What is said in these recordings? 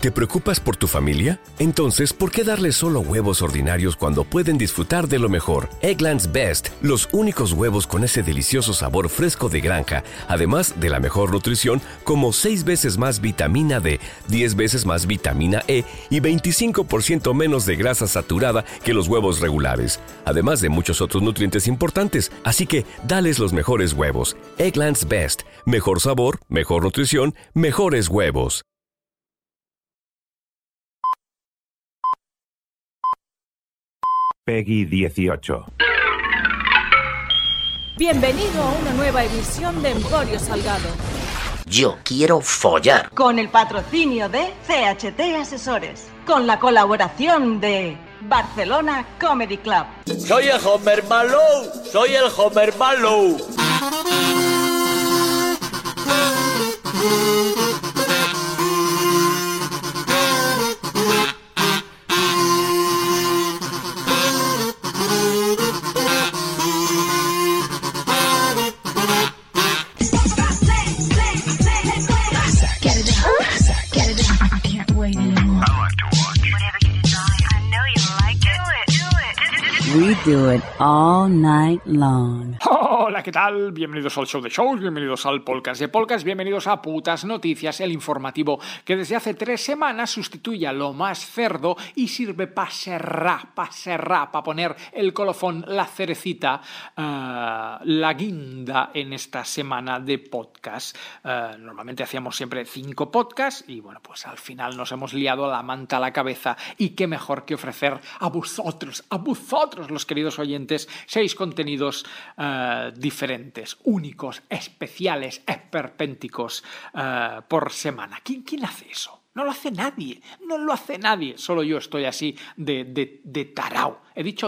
¿Te preocupas por tu familia? Entonces, ¿por qué darles solo huevos ordinarios cuando pueden disfrutar de lo mejor? Eggland's Best, los únicos huevos con ese delicioso sabor fresco de granja, además de la mejor nutrición, como 6 veces más vitamina D, 10 veces más vitamina E y 25% menos de grasa saturada que los huevos regulares, además de muchos otros nutrientes importantes. Así que, dales los mejores huevos. Eggland's Best, mejor sabor, mejor nutrición, mejores huevos. Peggy 18. Bienvenido a una nueva edición de Emporio Salgado. Yo quiero follar. Con el patrocinio de CHT Asesores. Con la colaboración de Barcelona Comedy Club. Soy el Homer Malou. Soy el Homer Malou. We do it all night long. Hola, ¿qué tal? Bienvenidos al show de shows, bienvenidos al podcast de podcast, bienvenidos a Putas Noticias, el informativo que desde hace 3 semanas sustituye a lo más cerdo y sirve para poner el colofón, la cerecita, la guinda en esta semana de podcast. Normalmente hacíamos siempre 5 podcasts y bueno, pues al final nos hemos liado la manta a la cabeza y qué mejor que ofrecer a vosotros, los queridos oyentes, 6 contenidos diferentes, únicos, especiales, esperpénticos por semana. ¿Quién hace eso? No lo hace nadie, solo yo estoy así de tarao. He dicho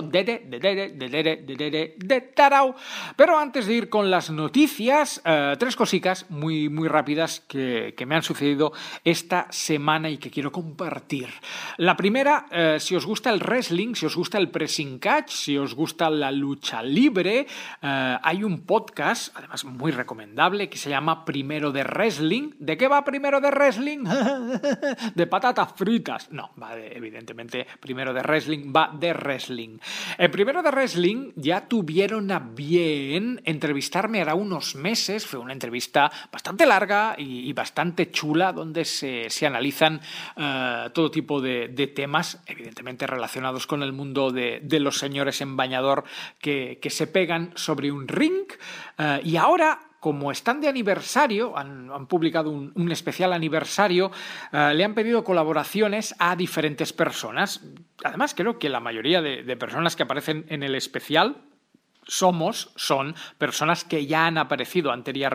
de tarao. Pero antes de ir con las noticias, 3 cositas muy rápidas que me han sucedido esta semana y que quiero compartir. La primera, si os gusta el wrestling, si os gusta el pressing catch, si os gusta la lucha libre, hay un podcast, además muy recomendable, que se llama Primero de Wrestling. ¿De qué va Primero de Wrestling? De patatas fritas. No, evidentemente, Primero de Wrestling va de wrestling. En Primero de Wrestling ya tuvieron a bien entrevistarme hará unos meses. Fue una entrevista bastante larga y bastante chula, donde se analizan todo tipo de temas, evidentemente relacionados con el mundo de los señores en bañador que se pegan sobre un ring. Y ahora, como están de aniversario, han publicado un especial aniversario, le han pedido colaboraciones a diferentes personas. Además, creo que la mayoría de personas que aparecen en el especial son personas que ya han aparecido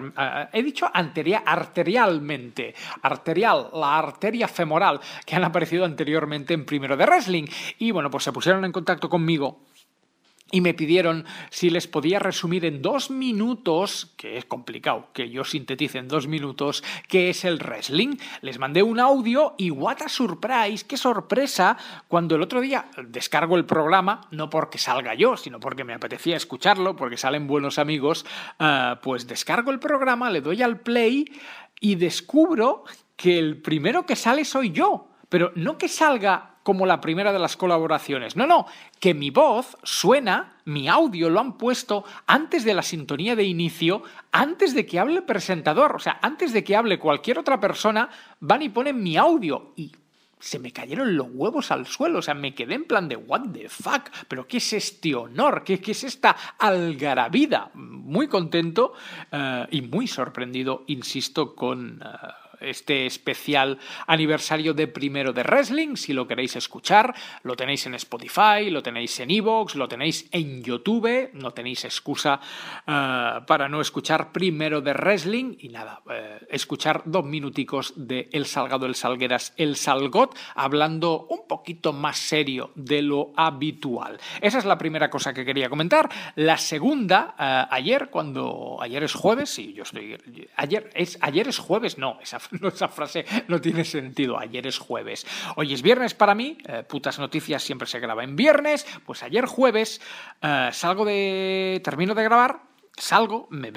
arterialmente, la arteria femoral, que han aparecido anteriormente en Primero de Wrestling. Y bueno, pues se pusieron en contacto conmigo y me pidieron si les podía resumir en 2 minutos, que es complicado que yo sintetice en 2 minutos, qué es el wrestling. Les mandé un audio y what a surprise, qué sorpresa, cuando el otro día descargo el programa, no porque salga yo, sino porque me apetecía escucharlo, porque salen buenos amigos, pues descargo el programa, le doy al play y descubro que el primero que sale soy yo, pero no que salga como la primera de las colaboraciones. No, que mi voz suena, mi audio lo han puesto antes de la sintonía de inicio, antes de que hable el presentador. O sea, antes de que hable cualquier otra persona, van y ponen mi audio y se me cayeron los huevos al suelo. O sea, me quedé en plan de what the fuck, pero ¿qué es este honor? ¿Qué es esta algarabida? Muy contento y muy sorprendido, insisto, con este especial aniversario de Primero de Wrestling. Si lo queréis escuchar, lo tenéis en Spotify, lo tenéis en iVoox, lo tenéis en YouTube. No tenéis excusa para no escuchar Primero de Wrestling. Y nada, escuchar 2 minuticos de El Salgado, El Salgueras, El Salgot, hablando un poquito más serio de lo habitual. Esa es la primera cosa que quería comentar. La segunda, ayer es jueves, sí, yo estoy... Ayer es jueves, no, esa frase no tiene sentido. Ayer es jueves. Hoy es viernes para mí. Putas Noticias siempre se graba en viernes. Pues ayer jueves termino de grabar salgo, me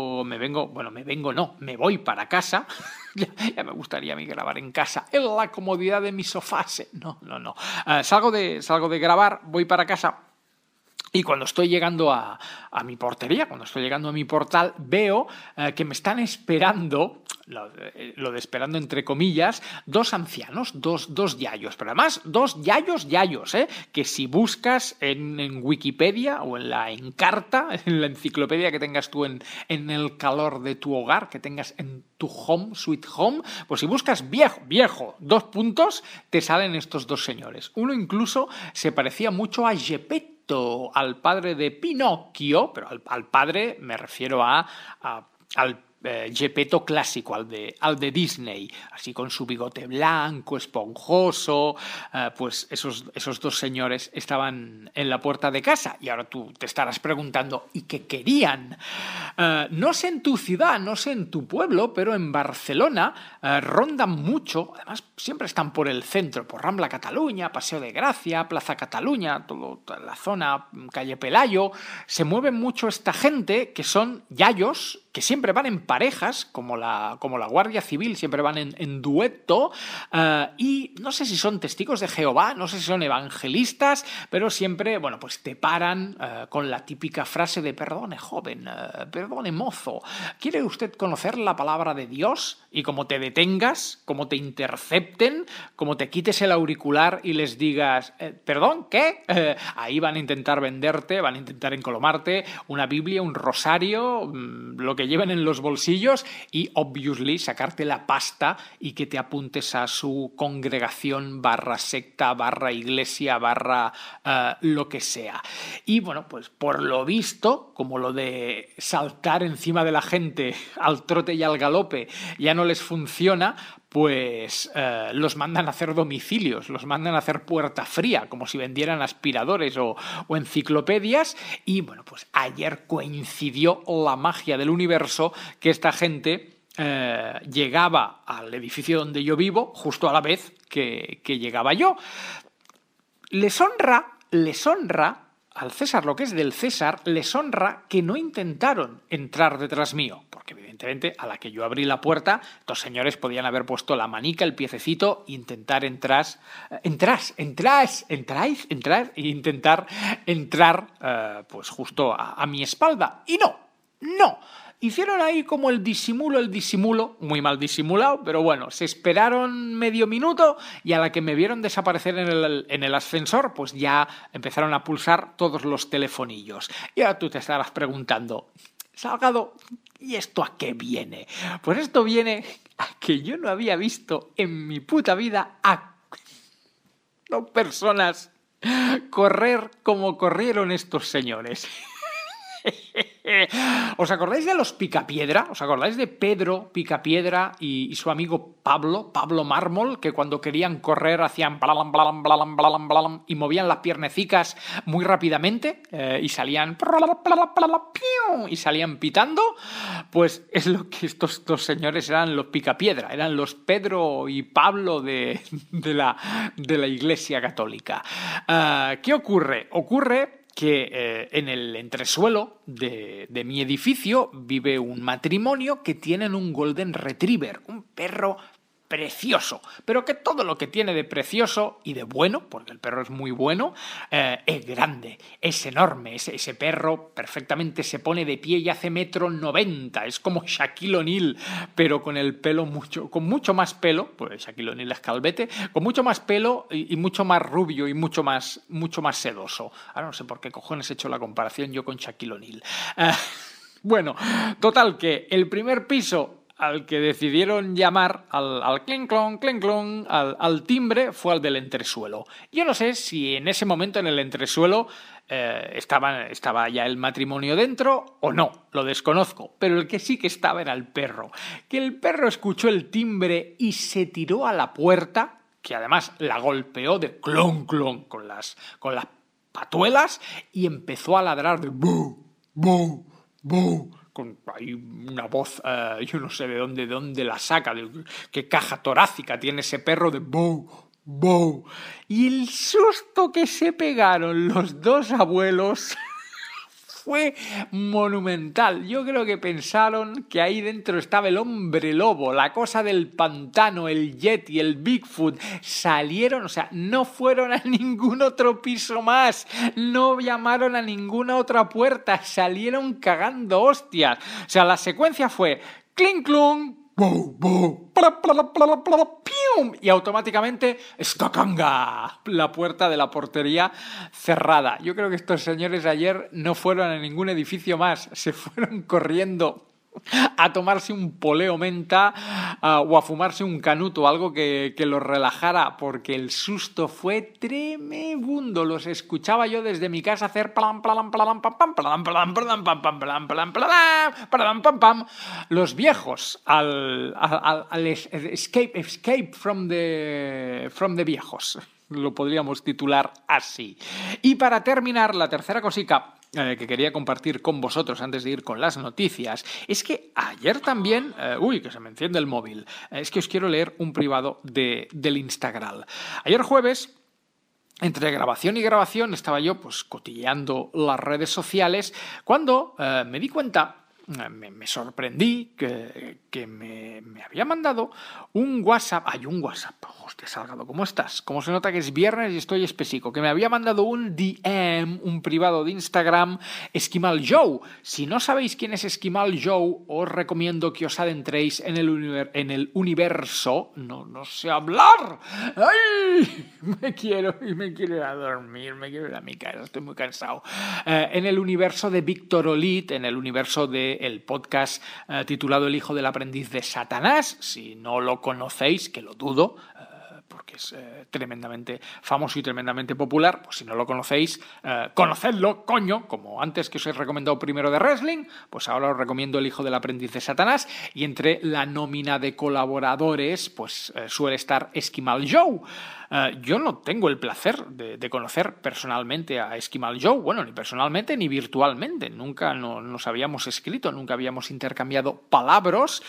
voy para casa. Ya me gustaría a mí grabar en casa, en la comodidad de mi sofá. No. Salgo de grabar, voy para casa. Y cuando estoy llegando a mi portería, cuando estoy llegando a mi portal, veo que me están esperando, lo de esperando entre comillas, dos ancianos, dos yayos, pero además dos yayos, que si buscas en Wikipedia o en la Encarta, en la enciclopedia que tengas tú en el calor de tu hogar, que tengas en tu home, sweet home, pues si buscas viejo, 2 puntos, te salen estos dos señores. Uno incluso se parecía mucho a Geppetto, al padre de Pinocchio, pero al padre me refiero al Geppetto clásico, al de Disney, así con su bigote blanco, esponjoso. Pues esos dos señores estaban en la puerta de casa y ahora tú te estarás preguntando ¿y qué querían? No sé en tu ciudad, no sé en tu pueblo, pero en Barcelona rondan mucho, además siempre están por el centro, por Rambla Cataluña, Paseo de Gracia, Plaza Cataluña, toda la zona, calle Pelayo. Se mueve mucho esta gente que son yayos, que siempre van en parejas, como la Guardia Civil, siempre van en dueto, y no sé si son testigos de Jehová, no sé si son evangelistas, pero siempre, pues te paran con la típica frase de perdone joven, perdone mozo, ¿quiere usted conocer la palabra de Dios? Y como te detengas, como te intercepten, como te quites el auricular y les digas, ¿perdón? ¿Qué? Ahí van a intentar venderte, van a intentar encolomarte una Biblia, un rosario, lo que lleven en los bolsillos y, obviously, sacarte la pasta y que te apuntes a su congregación /secta /iglesia lo que sea. Y, pues por lo visto, como lo de saltar encima de la gente al trote y al galope ya no les funciona, pues los mandan a hacer domicilios, los mandan a hacer puerta fría, como si vendieran aspiradores o enciclopedias. Y pues ayer coincidió la magia del universo que esta gente llegaba al edificio donde yo vivo justo a la vez que llegaba yo. Les honra al César lo que es del César, les honra que no intentaron entrar detrás mío, porque evidentemente a la que yo abrí la puerta, estos señores podían haber puesto la manica, el piececito e intentar entrar e intentar entrar pues justo a mi espalda. Y no. Hicieron ahí como el disimulo, muy mal disimulado, pero se esperaron medio minuto y a la que me vieron desaparecer en el ascensor, pues ya empezaron a pulsar todos los telefonillos. Y ahora tú te estarás preguntando, Salgado, ¿y esto a qué viene? Pues esto viene a que yo no había visto en mi puta vida a 2 personas correr como corrieron estos señores. ¿Os acordáis de los Picapiedra? ¿Os acordáis de Pedro Picapiedra y su amigo Pablo Mármol, que cuando querían correr hacían blalam, blalam, blalam, blalam, blalam, y movían las piernecicas muy rápidamente y salían y salían pitando? Pues es lo que estos 2 señores eran, los Picapiedra, eran los Pedro y Pablo de la Iglesia Católica. ¿Qué ocurre? Ocurre que en el entresuelo de mi edificio vive un matrimonio que tienen un Golden Retriever, un perro precioso, pero que todo lo que tiene de precioso y de bueno, porque el perro es muy bueno, es grande, es enorme. Ese perro perfectamente se pone de pie y hace 1,90 m, es como Shaquille O'Neal, pero con el pelo con mucho más pelo, pues Shaquille O'Neal es calvete, con mucho más pelo y mucho más rubio y mucho más sedoso. Ahora no sé por qué cojones he hecho la comparación yo con Shaquille O'Neal. Total que el primer piso al que decidieron llamar al clink-clon, al timbre, fue al del entresuelo. Yo no sé si en ese momento en el entresuelo estaba ya el matrimonio dentro o no, lo desconozco, pero el que sí que estaba era el perro. Que el perro escuchó el timbre y se tiró a la puerta, que además la golpeó de clon con las patuelas y empezó a ladrar de bu, bu, bu. Hay una voz, yo no sé de dónde la saca, de qué caja torácica tiene ese perro de bow, bow. Y el susto que se pegaron los 2 abuelos Fue monumental. Yo creo que pensaron que ahí dentro estaba el hombre lobo, la cosa del pantano, el Yeti, el Bigfoot. Salieron, o sea, no fueron a ningún otro piso más, no llamaron a ninguna otra puerta, salieron cagando hostias. O sea, la secuencia fue clink clunk, ¡bow, bow! ¡Pium! Y automáticamente ¡estacanga! La puerta de la portería cerrada. Yo creo que estos señores ayer no fueron a ningún edificio más, se fueron corriendo a tomarse un poleo menta o a fumarse un canuto, algo que los relajara, porque el susto fue tremebundo. Los escuchaba yo desde mi casa hacer plam plam plam pam pam plam plam plam pam pam plam plam plam pam pam. Los viejos al escape from the viejos. Lo podríamos titular así. Y para terminar, la tercera cosica que quería compartir con vosotros antes de ir con las noticias es que ayer también... que se me enciende el móvil. Es que os quiero leer un privado del Instagram. Ayer jueves, entre grabación y grabación, estaba yo pues cotilleando las redes sociales cuando me di cuenta... Me sorprendí que me había mandado un WhatsApp. ¡Ay, un WhatsApp! Hostia, Salgado, ¿cómo estás? Como se nota que es viernes y estoy espesico. Que me había mandado un DM, un privado de Instagram, Esquimal Joe. Si no sabéis quién es Esquimal Joe, os recomiendo que os adentréis en el universo. No sé hablar. ¡Ay! Me quiero ir a dormir, me quiero ir a mi casa, estoy muy cansado. En el universo de Víctor Olit, en el universo de el podcast titulado El hijo del aprendiz de Satanás. Si no lo conocéis, que lo dudo, porque es tremendamente famoso y tremendamente popular, pues si no lo conocéis, conocedlo, coño, como antes que os he recomendado primero de wrestling, pues ahora os recomiendo El hijo del aprendiz de Satanás, y entre la nómina de colaboradores pues suele estar Esquimal Joe. Yo no tengo el placer de conocer personalmente a Esquimal Joe, bueno, ni personalmente ni virtualmente, nunca nos habíamos escrito, nunca habíamos intercambiado palabras,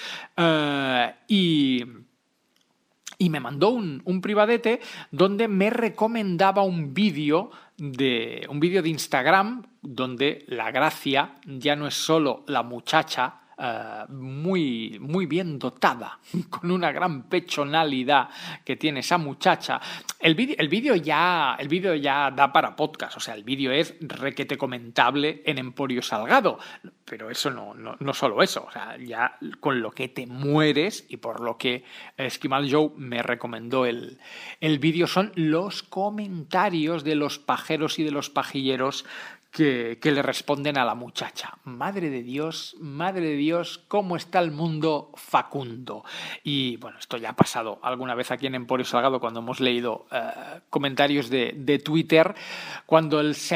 y me mandó un privadete donde me recomendaba un vídeo de Instagram donde la gracia ya no es solo la muchacha muy, muy bien dotada, con una gran pechonalidad que tiene esa muchacha. El vídeo ya da para podcast, o sea, el vídeo es requete comentable en Emporio Salgado, pero eso no solo eso, o sea, ya con lo que te mueres, y por lo que Esquimal Joe me recomendó el vídeo, son los comentarios de los pajeros y de los pajilleros que le responden a la muchacha. Madre de Dios, cómo está el mundo facundo. Y bueno, esto ya ha pasado alguna vez aquí en Emporio Salgado cuando hemos leído comentarios de Twitter, cuando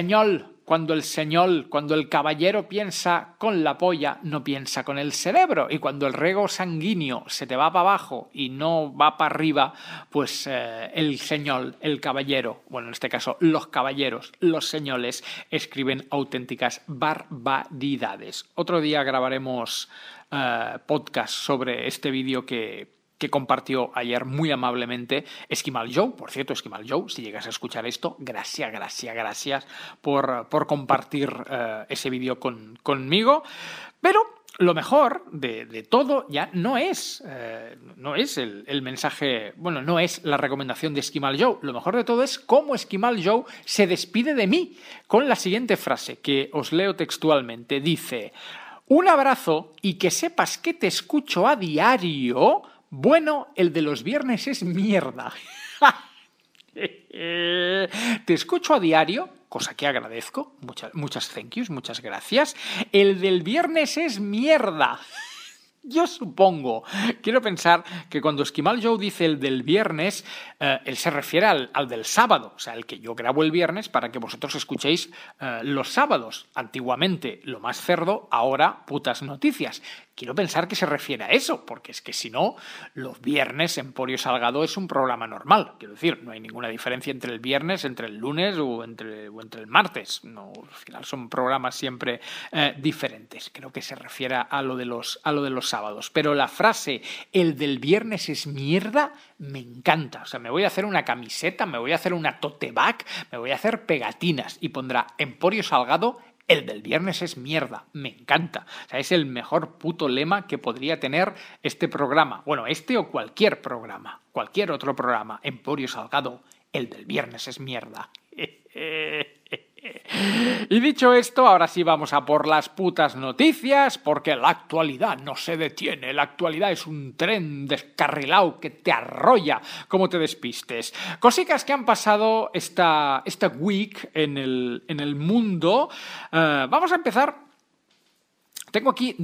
el caballero piensa con la polla, no piensa con el cerebro, y cuando el riego sanguíneo se te va para abajo y no va para arriba, pues el señor, el caballero, bueno, en este caso los caballeros, los señores, escriben auténticas barbaridades. Otro día grabaremos podcast sobre este vídeo que compartió ayer muy amablemente Esquimal Joe. Por cierto, Esquimal Joe, si llegas a escuchar esto, gracias por compartir ese vídeo conmigo. Pero lo mejor de todo ya no es el mensaje, bueno, no es la recomendación de Esquimal Joe. Lo mejor de todo es cómo Esquimal Joe se despide de mí con la siguiente frase, que os leo textualmente. Dice: un abrazo y que sepas que te escucho a diario. Bueno, el de los viernes es mierda. Te escucho a diario, cosa que agradezco. Muchas thank yous, muchas gracias. El del viernes es mierda. Yo supongo, quiero pensar que cuando Esquimal Joe dice el del viernes, él se refiere al del sábado, o sea, el que yo grabo el viernes para que vosotros escuchéis los sábados. Antiguamente lo más cerdo, ahora putas noticias. Quiero pensar que se refiere a eso, porque es que si no, los viernes Emporio Salgado es un programa normal. Quiero decir, no hay ninguna diferencia entre el viernes, entre el lunes o entre el martes. No, al final son programas siempre diferentes. Creo que se refiere a lo de los sábados. Pero la frase, el del viernes es mierda, me encanta. O sea, me voy a hacer una camiseta, me voy a hacer una tote bag, me voy a hacer pegatinas y pondrá Emporio Salgado El del viernes es mierda, me encanta. O sea, es el mejor puto lema que podría tener este programa. Bueno, este o cualquier programa, cualquier otro programa. Emporio Salgado, el del viernes es mierda. Y dicho esto, ahora sí vamos a por las putas noticias, porque la actualidad no se detiene. La actualidad es un tren descarrilado que te arrolla como te despistes. Cositas que han pasado esta week en el mundo. Vamos a empezar. Tengo aquí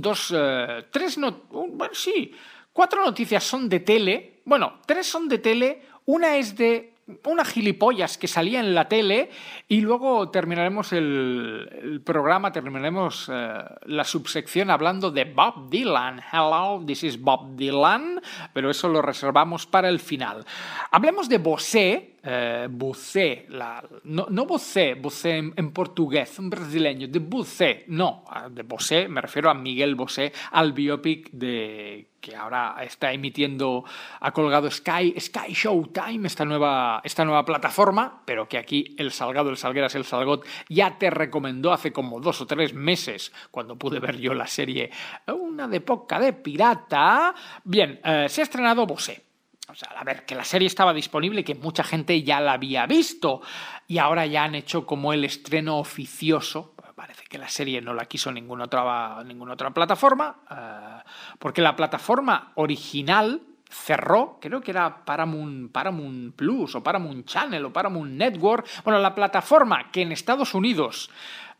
cuatro noticias son de tele. Bueno, 3 son de tele. Una es de una gilipollas que salía en la tele y luego terminaremos el programa, terminaremos la subsección hablando de Bob Dylan. Hello, this is Bob Dylan, pero eso lo reservamos para el final. Hablemos de Bosé, no Bosé en portugués, un brasileño, de Bosé, no, de Bosé, me refiero a Miguel Bosé, al biopic que ahora está emitiendo, ha colgado Sky Showtime, esta nueva plataforma, pero que aquí el Salgueras, el Salgot, ya te recomendó hace como 2 o 3 meses, cuando pude ver yo la serie, una de época de pirata. Bien, se ha estrenado Bosé. O sea, a ver, que la serie estaba disponible y que mucha gente ya la había visto. Y ahora ya han hecho como el estreno oficioso. Parece que la serie no la quiso ninguna otra plataforma, porque la plataforma original cerró, creo que era Paramount Plus o Paramount Channel o Paramount Network. Bueno, la plataforma que en Estados Unidos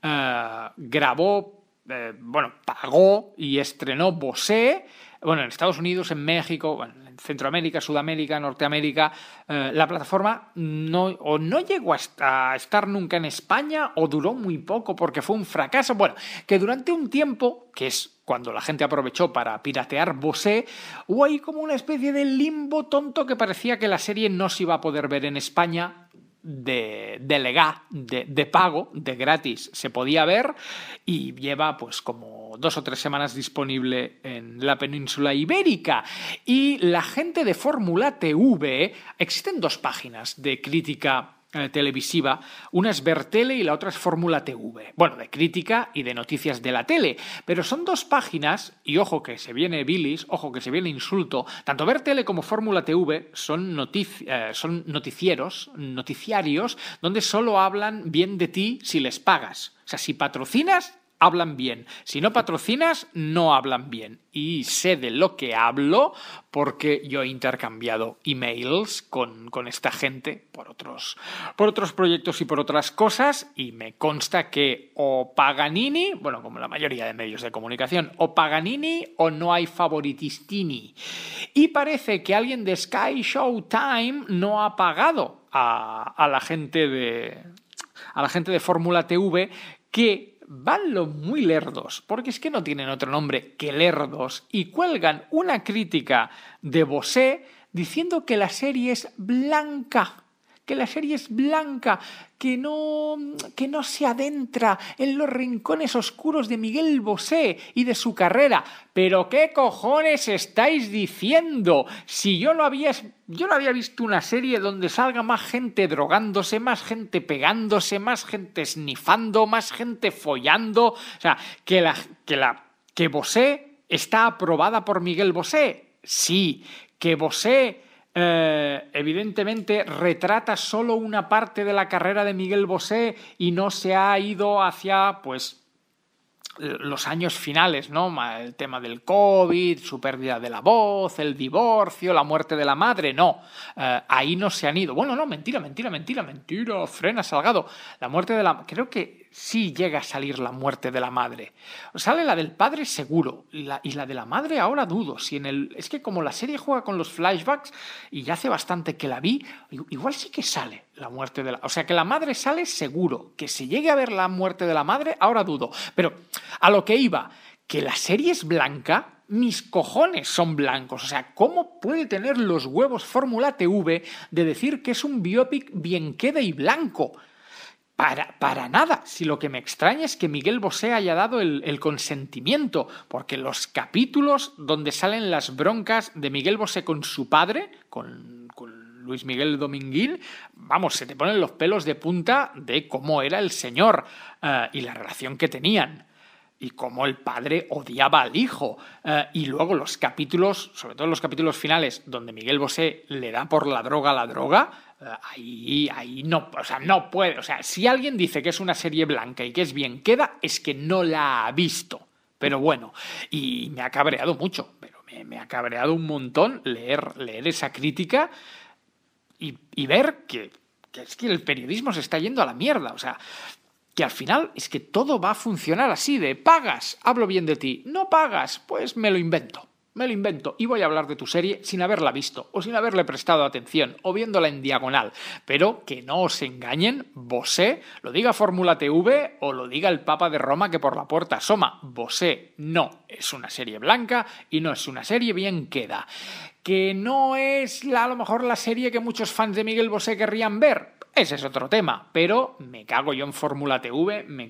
pagó y estrenó Bosé. Bueno, en Estados Unidos, en México, en Centroamérica, Sudamérica, Norteamérica, la plataforma no llegó a estar nunca en España o duró muy poco porque fue un fracaso. Bueno, que durante un tiempo, que es cuando la gente aprovechó para piratear Bosé, hubo ahí como una especie de limbo tonto que parecía que la serie no se iba a poder ver en España. De pago, de gratis, se podía ver y lleva pues como 2 o 3 semanas disponible en la península ibérica. Y la gente de Fórmula TV, existen 2 páginas de crítica televisiva, una es Vertele y la otra es Fórmula TV, bueno, de crítica y de noticias de la tele, pero son 2 páginas y ojo que se viene bilis, ojo que se viene insulto. Tanto Vertele como Fórmula TV son noticiarios donde solo hablan bien de ti si les pagas. O sea, si patrocinas, hablan bien. Si no patrocinas, no hablan bien. Y sé de lo que hablo porque yo he intercambiado emails con esta gente por otros proyectos y por otras cosas, y me consta que o Paganini, bueno, como la mayoría de medios de comunicación, o Paganini o no hay favoritistini. Y parece que alguien de Sky Showtime no ha pagado a la gente de Fórmula TV, que van los muy lerdos, porque es que no tienen otro nombre que lerdos, y cuelgan una crítica de Bosé diciendo que la serie es blanca, que no se adentra en los rincones oscuros de Miguel Bosé y de su carrera. ¿Pero qué cojones estáis diciendo? Si yo no había visto una serie donde salga más gente drogándose, más gente pegándose, más gente snifando, más gente follando. O sea, que Bosé está aprobada por Miguel Bosé. Sí, que Bosé evidentemente retrata solo una parte de la carrera de Miguel Bosé y no se ha ido hacia pues los años finales, ¿no? El tema del COVID, su pérdida de la voz, el divorcio, la muerte de la madre, no. Ahí no se han ido. Bueno, no, mentira, frena, Salgado. La muerte de la... Creo que sí llega a salir la muerte de la madre. Sale la del padre seguro, y la de la madre ahora dudo. Es que como la serie juega con los flashbacks, y ya hace bastante que la vi, igual sí que sale la muerte de la... O sea, que la madre sale seguro. Que se llegue a ver la muerte de la madre, ahora dudo. Pero a lo que iba, que la serie es blanca, mis cojones son blancos. O sea, ¿cómo puede tener los huevos Fórmula TV de decir que es un biopic bien queda y blanco? Para nada. Si lo que me extraña es que Miguel Bosé haya dado el consentimiento, porque los capítulos donde salen las broncas de Miguel Bosé con su padre, con Luis Miguel Dominguín, vamos, se te ponen los pelos de punta de cómo era el señor y la relación que tenían. Y cómo el padre odiaba al hijo. Y luego los capítulos, sobre todo los capítulos finales, donde Miguel Bosé le da por la droga, ahí no, o sea, no puede. O sea, si alguien dice que es una serie blanca y que es bien queda, es que no la ha visto. Pero bueno, y me ha cabreado mucho, pero me ha cabreado un montón leer esa crítica y ver que es que el periodismo se está yendo a la mierda. O sea, que al final es que todo va a funcionar así, de pagas, hablo bien de ti, no pagas, pues me lo invento y voy a hablar de tu serie sin haberla visto o sin haberle prestado atención o viéndola en diagonal. Pero que no os engañen, Bosé, lo diga Fórmula TV o lo diga el Papa de Roma que por la puerta asoma, Bosé no es una serie blanca y no es una serie bien queda. Que no es a lo mejor la serie que muchos fans de Miguel Bosé querrían ver. Ese es otro tema, pero me cago yo en Fórmula TV, me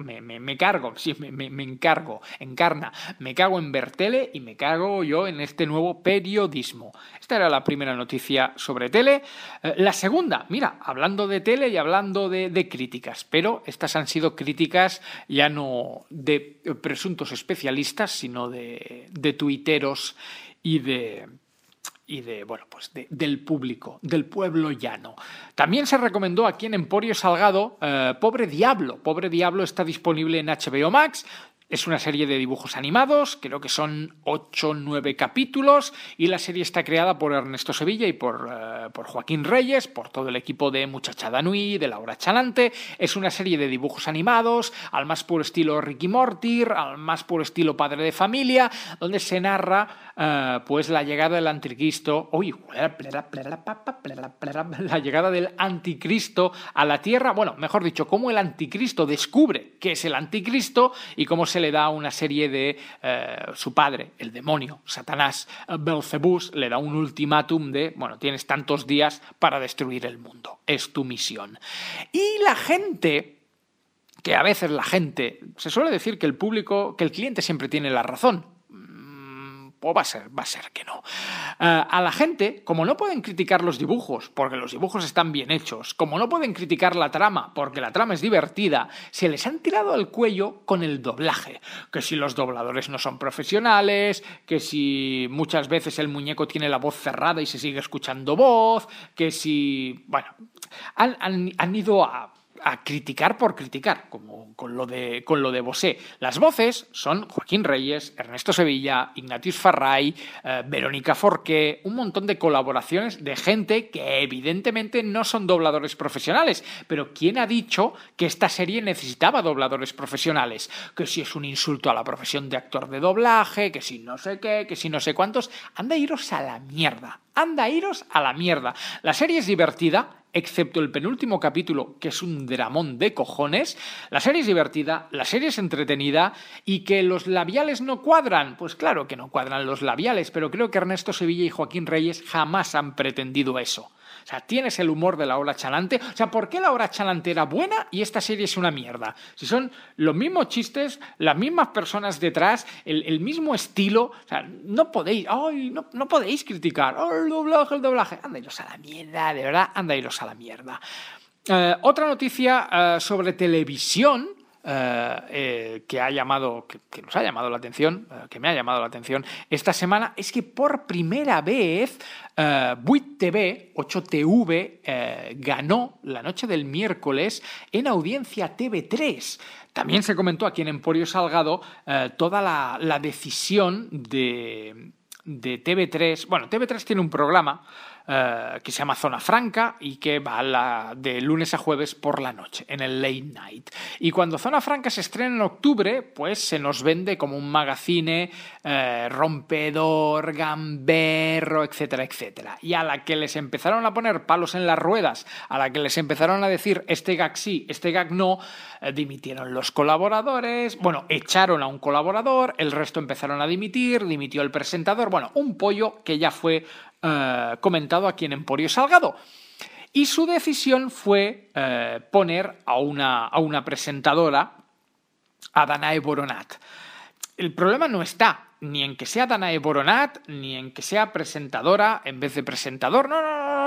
cago en ver tele y me cago yo en este nuevo periodismo. Esta era la primera noticia sobre tele. La segunda, mira, hablando de tele y hablando de críticas, pero estas han sido críticas ya no de presuntos especialistas, sino de tuiteros y del público, del pueblo llano. También se recomendó aquí en Emporio Salgado Pobre Diablo. Pobre Diablo está disponible en HBO Max. Es una serie de dibujos animados, creo que son 8 o 9 capítulos, y la serie está creada por Ernesto Sevilla y por Joaquín Reyes, por todo el equipo de Muchachada Nui, de Laura Chalante. Es una serie de dibujos animados, al más puro estilo Ricky Morty, al más puro estilo Padre de Familia, donde se narra pues la llegada del anticristo, la llegada del anticristo a la Tierra, bueno, mejor dicho, cómo el anticristo descubre qué es el anticristo y cómo se le da una serie de su padre, el demonio, Satanás, Belcebús, le da un ultimátum de, bueno, tienes tantos días para destruir el mundo, es tu misión. Y la gente, que a veces se suele decir que el cliente siempre tiene la razón, o va a ser que no. A la gente, como no pueden criticar los dibujos, porque los dibujos están bien hechos, como no pueden criticar la trama, porque la trama es divertida, se les han tirado al cuello con el doblaje. Que si los dobladores no son profesionales, que si muchas veces el muñeco tiene la voz cerrada y se sigue escuchando voz, que si... Bueno, han ido a criticar por criticar, como con lo de Bosé. Las voces son Joaquín Reyes, Ernesto Sevilla, Ignatius Farray, Verónica Forqué, un montón de colaboraciones de gente que evidentemente no son dobladores profesionales. Pero ¿quién ha dicho que esta serie necesitaba dobladores profesionales? Que si es un insulto a la profesión de actor de doblaje, que si no sé qué, que si no sé cuántos. Anda a iros a la mierda. La serie es divertida, excepto el penúltimo capítulo, que es un dramón de cojones. La serie es divertida, la serie es entretenida, y que los labiales no cuadran. Pues claro que no cuadran los labiales, pero creo que Ernesto Sevilla y Joaquín Reyes jamás han pretendido eso. O sea, tienes el humor de Laura Chalante. O sea, ¿por qué Laura Chalante era buena y esta serie es una mierda? Si son los mismos chistes, las mismas personas detrás, el mismo estilo. O sea, no podéis criticar. Oh, el doblaje. Anda, iros a la mierda, de verdad, anda, iros a la mierda. Otra noticia sobre televisión. Que nos ha llamado la atención, que me ha llamado la atención esta semana, es que por primera vez 8TV ganó la noche del miércoles en audiencia TV3. También se comentó aquí en Emporio Salgado toda la decisión de TV3. Bueno, TV3 tiene un programa que se llama Zona Franca y que va de lunes a jueves por la noche, en el late night. Y cuando Zona Franca se estrena en octubre, pues se nos vende como un magazine rompedor, gamberro, etcétera, etcétera. Y a la que les empezaron a poner palos en las ruedas, a la que les empezaron a decir este gag sí, este gag no, dimitieron los colaboradores, bueno, echaron a un colaborador, el resto empezaron a dimitir, dimitió el presentador, bueno, un pollo que ya fue comentado aquí en Emporio Salgado. Y su decisión fue poner a una presentadora, a Danae Boronat. El problema no está ni en que sea Danae Boronat, ni en que sea presentadora en vez de presentador. No.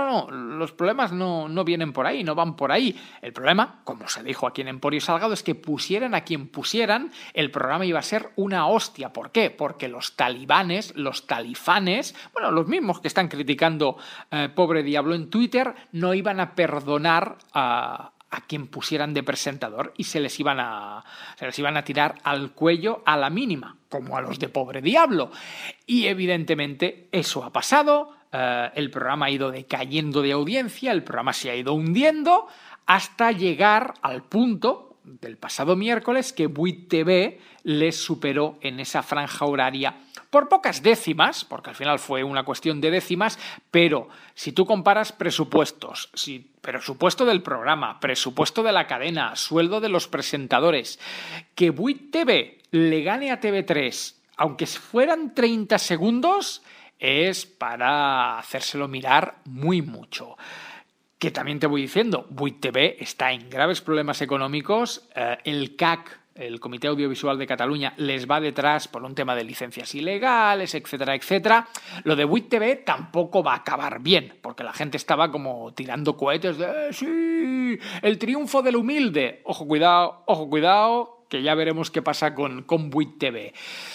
no, los problemas no vienen por ahí, no van por ahí. El problema, como se dijo aquí en Emporio Salgado, es que pusieran a quien pusieran, el programa iba a ser una hostia. ¿Por qué? Porque los talibanes, los talifanes, bueno, los mismos que están criticando Pobre Diablo en Twitter, no iban a perdonar a quien pusieran de presentador y se les iban a tirar al cuello a la mínima, como a los de Pobre Diablo. Y evidentemente eso ha pasado, el programa ha ido decayendo de audiencia, el programa se ha ido hundiendo hasta llegar al punto del pasado miércoles que Buit TV les superó en esa franja horaria por pocas décimas, porque al final fue una cuestión de décimas, pero si tú comparas presupuestos, presupuesto del programa, presupuesto de la cadena, sueldo de los presentadores, que Buit TV le gane a TV3, aunque fueran 30 segundos, es para hacérselo mirar muy mucho. Que también te voy diciendo, Buit TV está en graves problemas económicos, el CAC, el Comité Audiovisual de Cataluña, les va detrás por un tema de licencias ilegales, etcétera, etcétera. Lo de Buit TV tampoco va a acabar bien, porque la gente estaba como tirando cohetes de ¡sí! ¡El triunfo del humilde! Ojo, cuidado, que ya veremos qué pasa con Buit TV.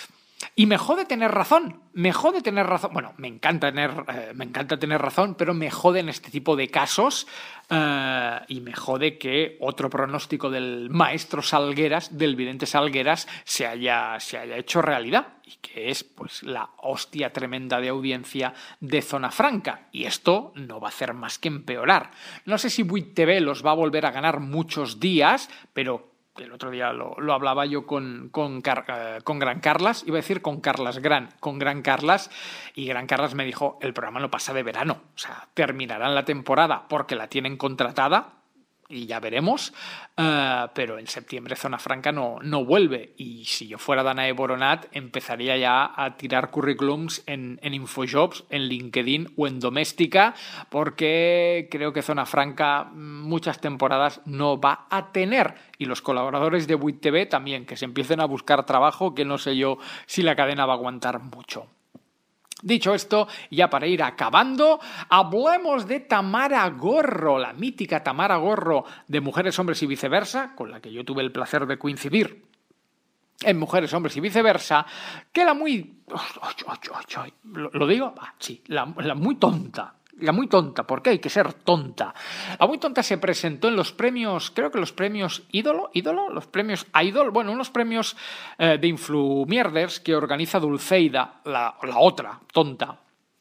Y me jode tener razón. Bueno, me encanta tener razón, pero me jode en este tipo de casos y me jode que otro pronóstico del maestro Salgueras, del vidente Salgueras, se haya hecho realidad, y que es pues la hostia tremenda de audiencia de Zona Franca. Y esto no va a hacer más que empeorar. No sé si Buit TV los va a volver a ganar muchos días, pero el otro día lo hablaba yo con Gran Carlas, iba a decir con Gran Carlas, y Gran Carlas me dijo, el programa no pasa de verano, o sea, terminarán la temporada porque la tienen contratada, y ya veremos, pero en septiembre Zona Franca no vuelve, y si yo fuera Danae Boronat empezaría ya a tirar currículums en Infojobs, en LinkedIn o en Doméstica, porque creo que Zona Franca muchas temporadas no va a tener, y los colaboradores de Buit TV también, que se empiecen a buscar trabajo, que no sé yo si la cadena va a aguantar mucho. Dicho esto, ya para ir acabando, hablemos de Tamara Gorro, la mítica Tamara Gorro de Mujeres, Hombres y Viceversa, con la que yo tuve el placer de coincidir en Mujeres, Hombres y Viceversa, que la muy... ¿Lo digo? Sí, la muy tonta. La muy tonta, porque hay que ser tonta. La muy tonta se presentó en los premios, creo que los premios Ídolo, los premios Idol, bueno, unos premios de Influmierders que organiza Dulceida, la otra tonta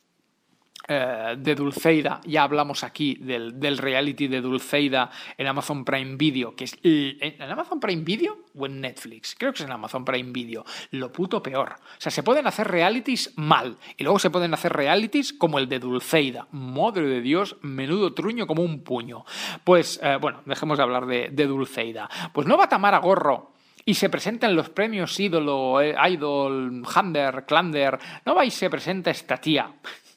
de Dulceida. Ya hablamos aquí del reality de Dulceida en Amazon Prime Video, que es ¿en Amazon Prime Video o en Netflix? Creo que es en Amazon Prime Video. Lo puto peor. O sea, se pueden hacer realities mal y luego se pueden hacer realities como el de Dulceida. Madre de Dios, menudo truño como un puño. Pues, bueno, dejemos de hablar de Dulceida. Pues no va Tamara Gorro y se presenta en los premios Ídolo, Idol, Humber, Clander. No va y se presenta esta tía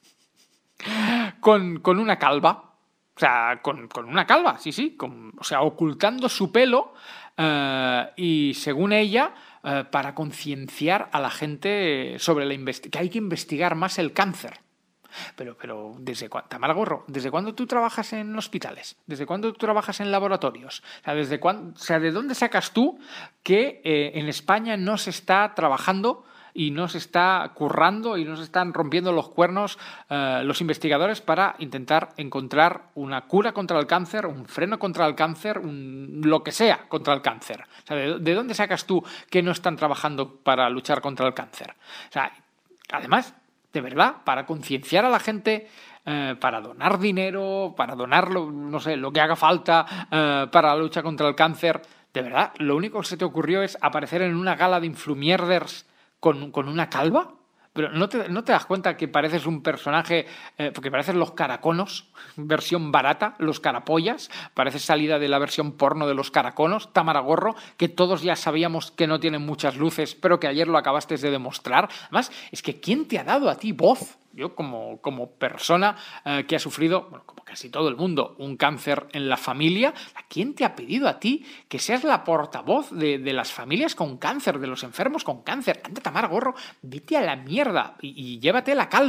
con una calva, o sea, con una calva, sí, o sea, ocultando su pelo y según ella, para concienciar a la gente sobre que hay que investigar más el cáncer. Pero Tamara Gorro, ¿desde cuándo tú trabajas en hospitales? ¿Desde cuándo tú trabajas en laboratorios? O sea, ¿de dónde sacas tú que en España no se está trabajando y no se está currando y no se están rompiendo los cuernos los investigadores para intentar encontrar una cura contra el cáncer, un freno contra el cáncer, lo que sea contra el cáncer? O sea, ¿de dónde sacas tú que no están trabajando para luchar contra el cáncer? O sea, además, de verdad, para concienciar a la gente, para donar dinero, para donar, no sé, lo que haga falta para la lucha contra el cáncer, de verdad, lo único que se te ocurrió es aparecer en una gala de Influmierders con una calva. Pero ¿no te das cuenta que pareces un personaje, porque pareces los caraconos, versión barata, los carapollas, pareces salida de la versión porno de los caraconos, Tamara Gorro, que todos ya sabíamos que no tienen muchas luces, pero que ayer lo acabaste de demostrar? Además, es que ¿quién te ha dado a ti voz? Yo como persona que ha sufrido, bueno, como casi todo el mundo, un cáncer en la familia, ¿quién te ha pedido a ti que seas la portavoz de las familias con cáncer, de los enfermos con cáncer? Anda, Tamara Gorro, vete a la mierda y llévate la calva.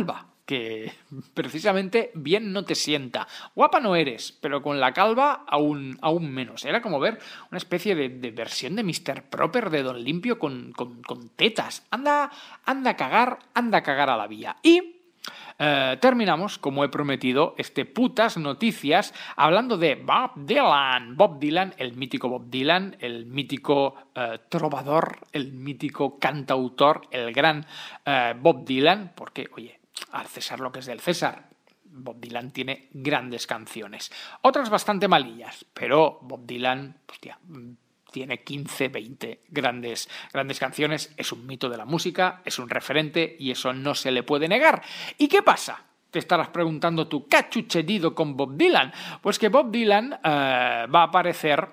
que precisamente bien no te sienta. Guapa no eres, pero con la calva aún menos. Era como ver una especie de versión de Mr. Proper de Don Limpio con tetas. Anda a cagar a la vía. Y terminamos, como he prometido, putas noticias, hablando de Bob Dylan. Bob Dylan, el mítico Bob Dylan, el mítico trovador, el mítico cantautor, el gran Bob Dylan, porque, oye, al César lo que es del César. Bob Dylan tiene grandes canciones. Otras bastante malillas, pero Bob Dylan, hostia, tiene 15, 20 grandes canciones, es un mito de la música, es un referente y eso no se le puede negar. ¿Y qué pasa? Te estarás preguntando tú, ¿qué ha sucedido con Bob Dylan? Pues que Bob Dylan va a aparecer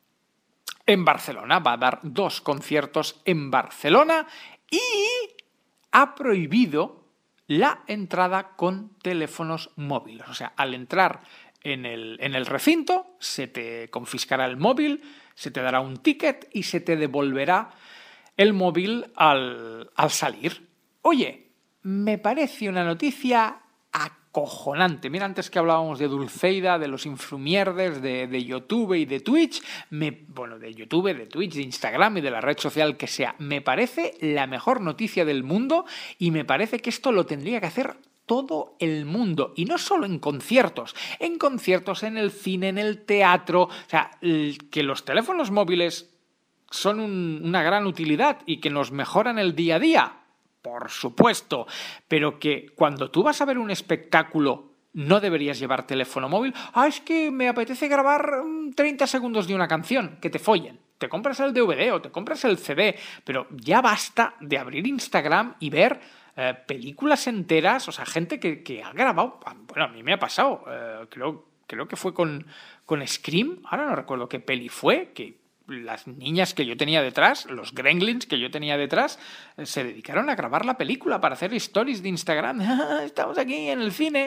en Barcelona, va a dar 2 conciertos en Barcelona y ha prohibido la entrada con teléfonos móviles. O sea, al entrar en el recinto se te confiscará el móvil, se te dará un ticket y se te devolverá el móvil al salir. Oye, me parece una noticia acojonante. Mira, antes que hablábamos de Dulceida, de los influmierdes, de YouTube y de Twitch, de YouTube, de Twitch, de Instagram y de la red social que sea, me parece la mejor noticia del mundo y me parece que esto lo tendría que hacer todo el mundo, y no solo en conciertos, en el cine, en el teatro. O sea, que los teléfonos móviles son una gran utilidad y que nos mejoran el día a día, por supuesto, pero que cuando tú vas a ver un espectáculo no deberías llevar teléfono móvil. Es que me apetece grabar 30 segundos de una canción, que te follen. Te compras el DVD o te compras el CD, pero ya basta de abrir Instagram y ver películas enteras, o sea, gente que ha grabado. Bueno, a mí me ha pasado, creo que fue con Scream, ahora no recuerdo qué peli fue, que las niñas que yo tenía detrás, los gremlins que yo tenía detrás, se dedicaron a grabar la película para hacer stories de Instagram. Estamos aquí en el cine,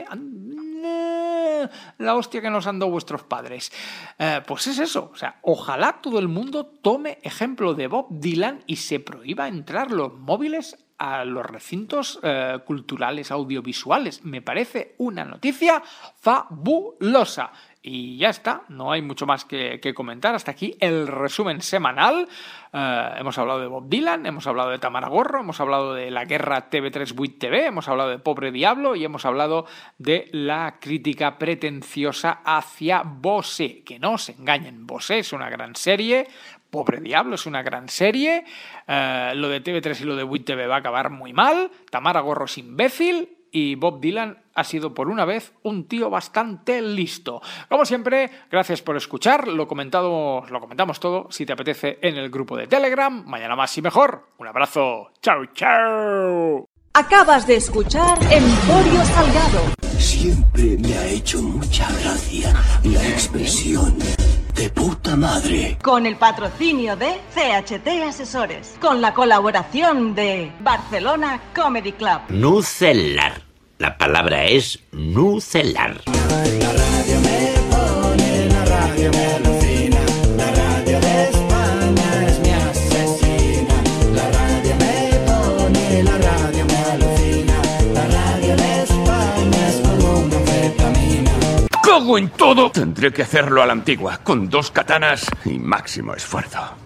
la hostia que nos han dado vuestros padres. Pues es eso, o sea, ojalá todo el mundo tome ejemplo de Bob Dylan y se prohíba entrar los móviles a los recintos culturales, audiovisuales. Me parece una noticia fabulosa. Y ya está, no hay mucho más que comentar. Hasta aquí el resumen semanal. Hemos hablado de Bob Dylan, hemos hablado de Tamara Gorro, hemos hablado de la guerra TV3 Buit TV, hemos hablado de Pobre Diablo y hemos hablado de la crítica pretenciosa hacia Bosé. Que no se engañen, Bosé es una gran serie, Pobre Diablo es una gran serie, lo de TV3 y lo de Buit TV va a acabar muy mal, Tamara Gorro es imbécil y Bob Dylan ha sido por una vez un tío bastante listo. Como siempre, gracias por escuchar, lo comentamos todo, si te apetece, en el grupo de Telegram. Mañana más y mejor. Un abrazo. Chao, chao. Acabas de escuchar Emporio Salgado. Siempre me ha hecho mucha gracia la expresión de puta madre. Con el patrocinio de CHT Asesores. Con la colaboración de Barcelona Comedy Club. Nucelar. La palabra es nucelar. La radio me pone, la radio me alucina. La radio de España es mi asesina. La radio me pone, la radio me alucina. La radio de España es como una anfetamina. ¡Cago en todo! Tendré que hacerlo a la antigua, con 2 katanas y máximo esfuerzo.